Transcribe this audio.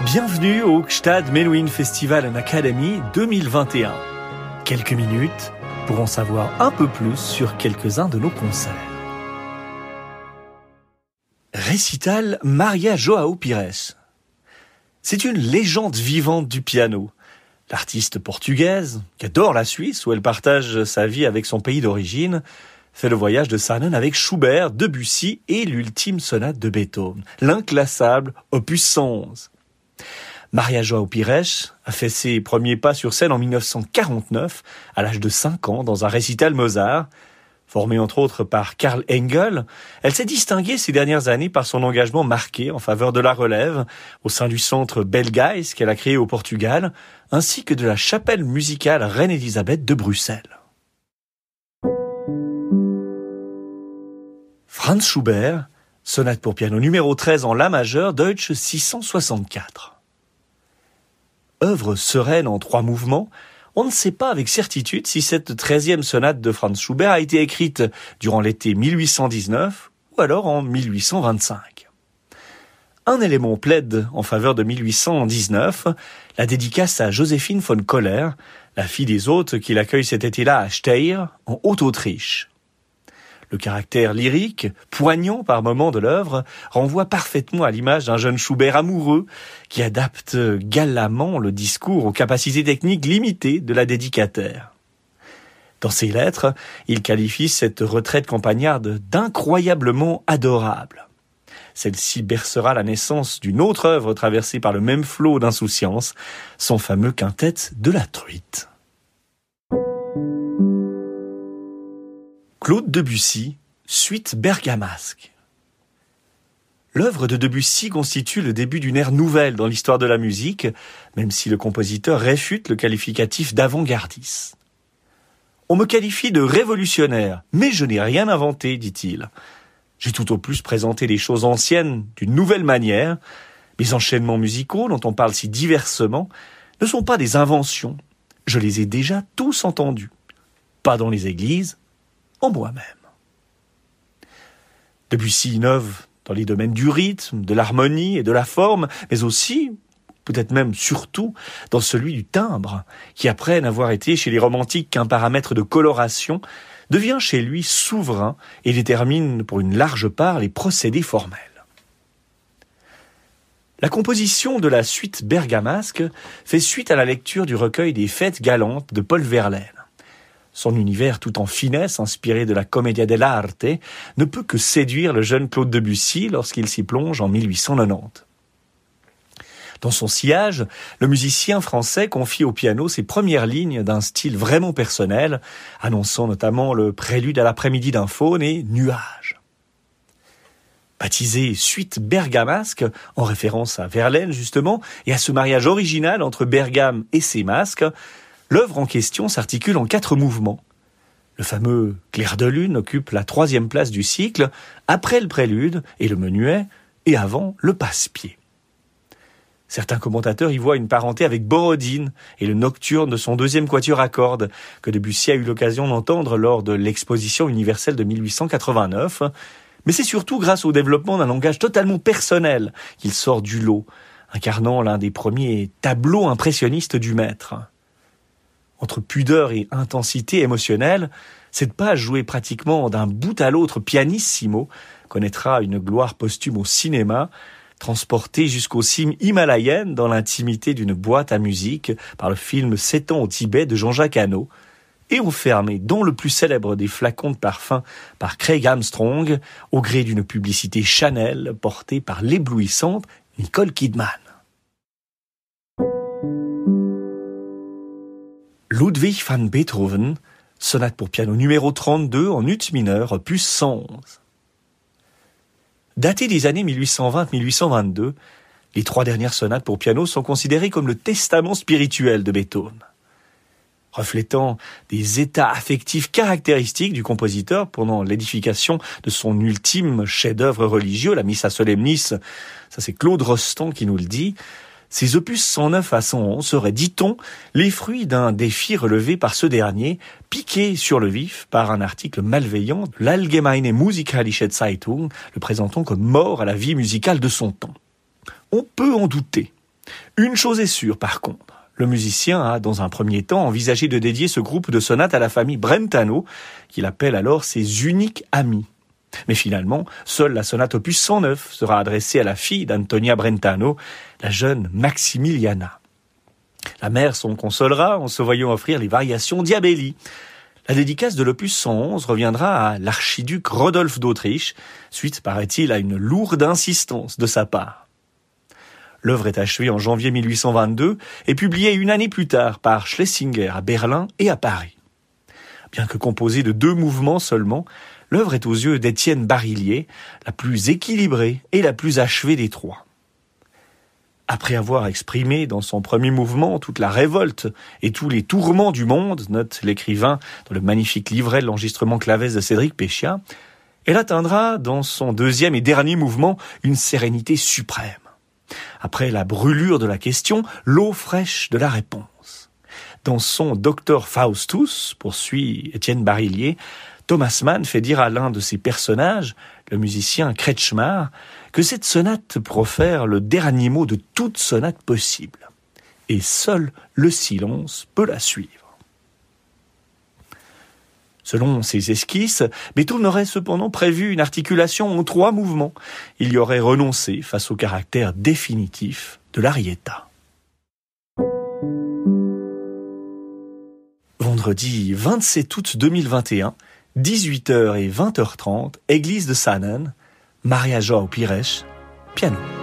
Bienvenue au Gstad Menuhin Festival and Academy 2021. Quelques minutes pour en savoir un peu plus sur quelques-uns de nos concerts. Récital Maria João Pires. C'est une légende vivante du piano. L'artiste portugaise, qui adore la Suisse où elle partage sa vie avec son pays d'origine, fait le voyage de Sarnen avec Schubert, Debussy et l'ultime sonate de Beethoven, l'inclassable opus 111. Maria João Pires a fait ses premiers pas sur scène en 1949, à l'âge de 5 ans, dans un récital Mozart. Formée entre autres par Karl Engel, elle s'est distinguée ces dernières années par son engagement marqué en faveur de la relève, au sein du centre Bellegeis qu'elle a créé au Portugal, ainsi que de la chapelle musicale Reine-Élisabeth de Bruxelles. Franz Schubert, sonate pour piano numéro 13 en La majeur, Deutsch 664. Œuvre sereine en 3 mouvements, on ne sait pas avec certitude si cette 13e sonate de Franz Schubert a été écrite durant l'été 1819 ou alors en 1825. Un élément plaide en faveur de 1819, la dédicace à Joséphine von Koller, la fille des hôtes qui l'accueille cet été-là à Steyr, en Haute-Autriche. Le caractère lyrique, poignant par moments de l'œuvre, renvoie parfaitement à l'image d'un jeune Schubert amoureux qui adapte galamment le discours aux capacités techniques limitées de la dédicataire. Dans ses lettres, il qualifie cette retraite campagnarde d'incroyablement adorable. Celle-ci bercera la naissance d'une autre œuvre traversée par le même flot d'insouciance, son fameux quintet de la truite. Claude Debussy, suite bergamasque. L'œuvre de Debussy constitue le début d'une ère nouvelle dans l'histoire de la musique, même si le compositeur réfute le qualificatif d'avant-gardiste. On me qualifie de révolutionnaire, mais je n'ai rien inventé, dit-il. J'ai tout au plus présenté les choses anciennes d'une nouvelle manière. Mes enchaînements musicaux, dont on parle si diversement, ne sont pas des inventions. Je les ai déjà tous entendus. Pas dans les églises, en moi-même. Debussy innove dans les domaines du rythme, de l'harmonie et de la forme, mais aussi, peut-être même surtout, dans celui du timbre, qui après n'avoir été chez les romantiques qu'un paramètre de coloration, devient chez lui souverain et détermine pour une large part les procédés formels. La composition de la suite bergamasque fait suite à la lecture du recueil des Fêtes galantes de Paul Verlaine. Son univers tout en finesse, inspiré de la Commedia dell'arte, ne peut que séduire le jeune Claude Debussy lorsqu'il s'y plonge en 1890. Dans son sillage, le musicien français confie au piano ses premières lignes d'un style vraiment personnel, annonçant notamment le prélude à l'après-midi d'un faune et Nuages. Baptisé Suite bergamasque, en référence à Verlaine justement, et à ce mariage original entre Bergame et ses masques, l'œuvre en question s'articule en 4 mouvements. Le fameux Clair de lune occupe la 3e place du cycle, après le prélude et le menuet, et avant le passe-pied. Certains commentateurs y voient une parenté avec Borodine et le nocturne de son 2e quatuor à cordes, que Debussy a eu l'occasion d'entendre lors de l'exposition universelle de 1889, mais c'est surtout grâce au développement d'un langage totalement personnel qu'il sort du lot, incarnant l'un des premiers tableaux impressionnistes du maître. Entre pudeur et intensité émotionnelle, cette page jouée pratiquement d'un bout à l'autre pianissimo connaîtra une gloire posthume au cinéma, transportée jusqu'aux cimes himalayennes dans l'intimité d'une boîte à musique par le film 7 ans au Tibet de Jean-Jacques Hano, et enfermée dans le plus célèbre des flacons de parfum par Craig Armstrong, au gré d'une publicité Chanel portée par l'éblouissante Nicole Kidman. Ludwig van Beethoven, sonate pour piano numéro 32 en ut mineur, opus 111. Datées des années 1820-1822, les 3 dernières sonates pour piano sont considérées comme le testament spirituel de Beethoven. Reflétant des états affectifs caractéristiques du compositeur pendant l'édification de son ultime chef-d'œuvre religieux, la Missa Solemnis, ça c'est Claude Rostand qui nous le dit. Ces opus 109 à 111 seraient, dit-on, les fruits d'un défi relevé par ce dernier, piqué sur le vif par un article malveillant de l'Allgemeine Musikalische Zeitung, le présentant comme mort à la vie musicale de son temps. On peut en douter. Une chose est sûre par contre, le musicien a dans un premier temps envisagé de dédier ce groupe de sonates à la famille Brentano, qu'il appelle alors ses uniques amis. Mais finalement, seule la sonate opus 109 sera adressée à la fille d'Antonia Brentano, la jeune Maximiliana. La mère s'en consolera en se voyant offrir les variations Diabelli. La dédicace de l'opus 111 reviendra à l'archiduc Rodolphe d'Autriche, suite, paraît-il, à une lourde insistance de sa part. L'œuvre est achevée en janvier 1822 et publiée une année plus tard par Schlesinger à Berlin et à Paris. Bien que composée de 2 mouvements seulement, l'œuvre est aux yeux d'Étienne Barillier la plus équilibrée et la plus achevée des 3. Après avoir exprimé dans son premier mouvement toute la révolte et tous les tourments du monde, note l'écrivain dans le magnifique livret de l'enregistrement clavesse de Cédric Péchia, elle atteindra dans son deuxième et dernier mouvement une sérénité suprême. Après la brûlure de la question, l'eau fraîche de la réponse. Dans son Docteur Faustus, poursuit Étienne Barillier, Thomas Mann fait dire à l'un de ses personnages, le musicien Kretschmar, que cette sonate profère le dernier mot de toute sonate possible. Et seul le silence peut la suivre. Selon ses esquisses, Beethoven aurait cependant prévu une articulation en 3 mouvements. Il y aurait renoncé face au caractère définitif de l'arietta. Vendredi 27 août 2021, 18h et 20h30, église de Saanen, Maria João Pires, piano.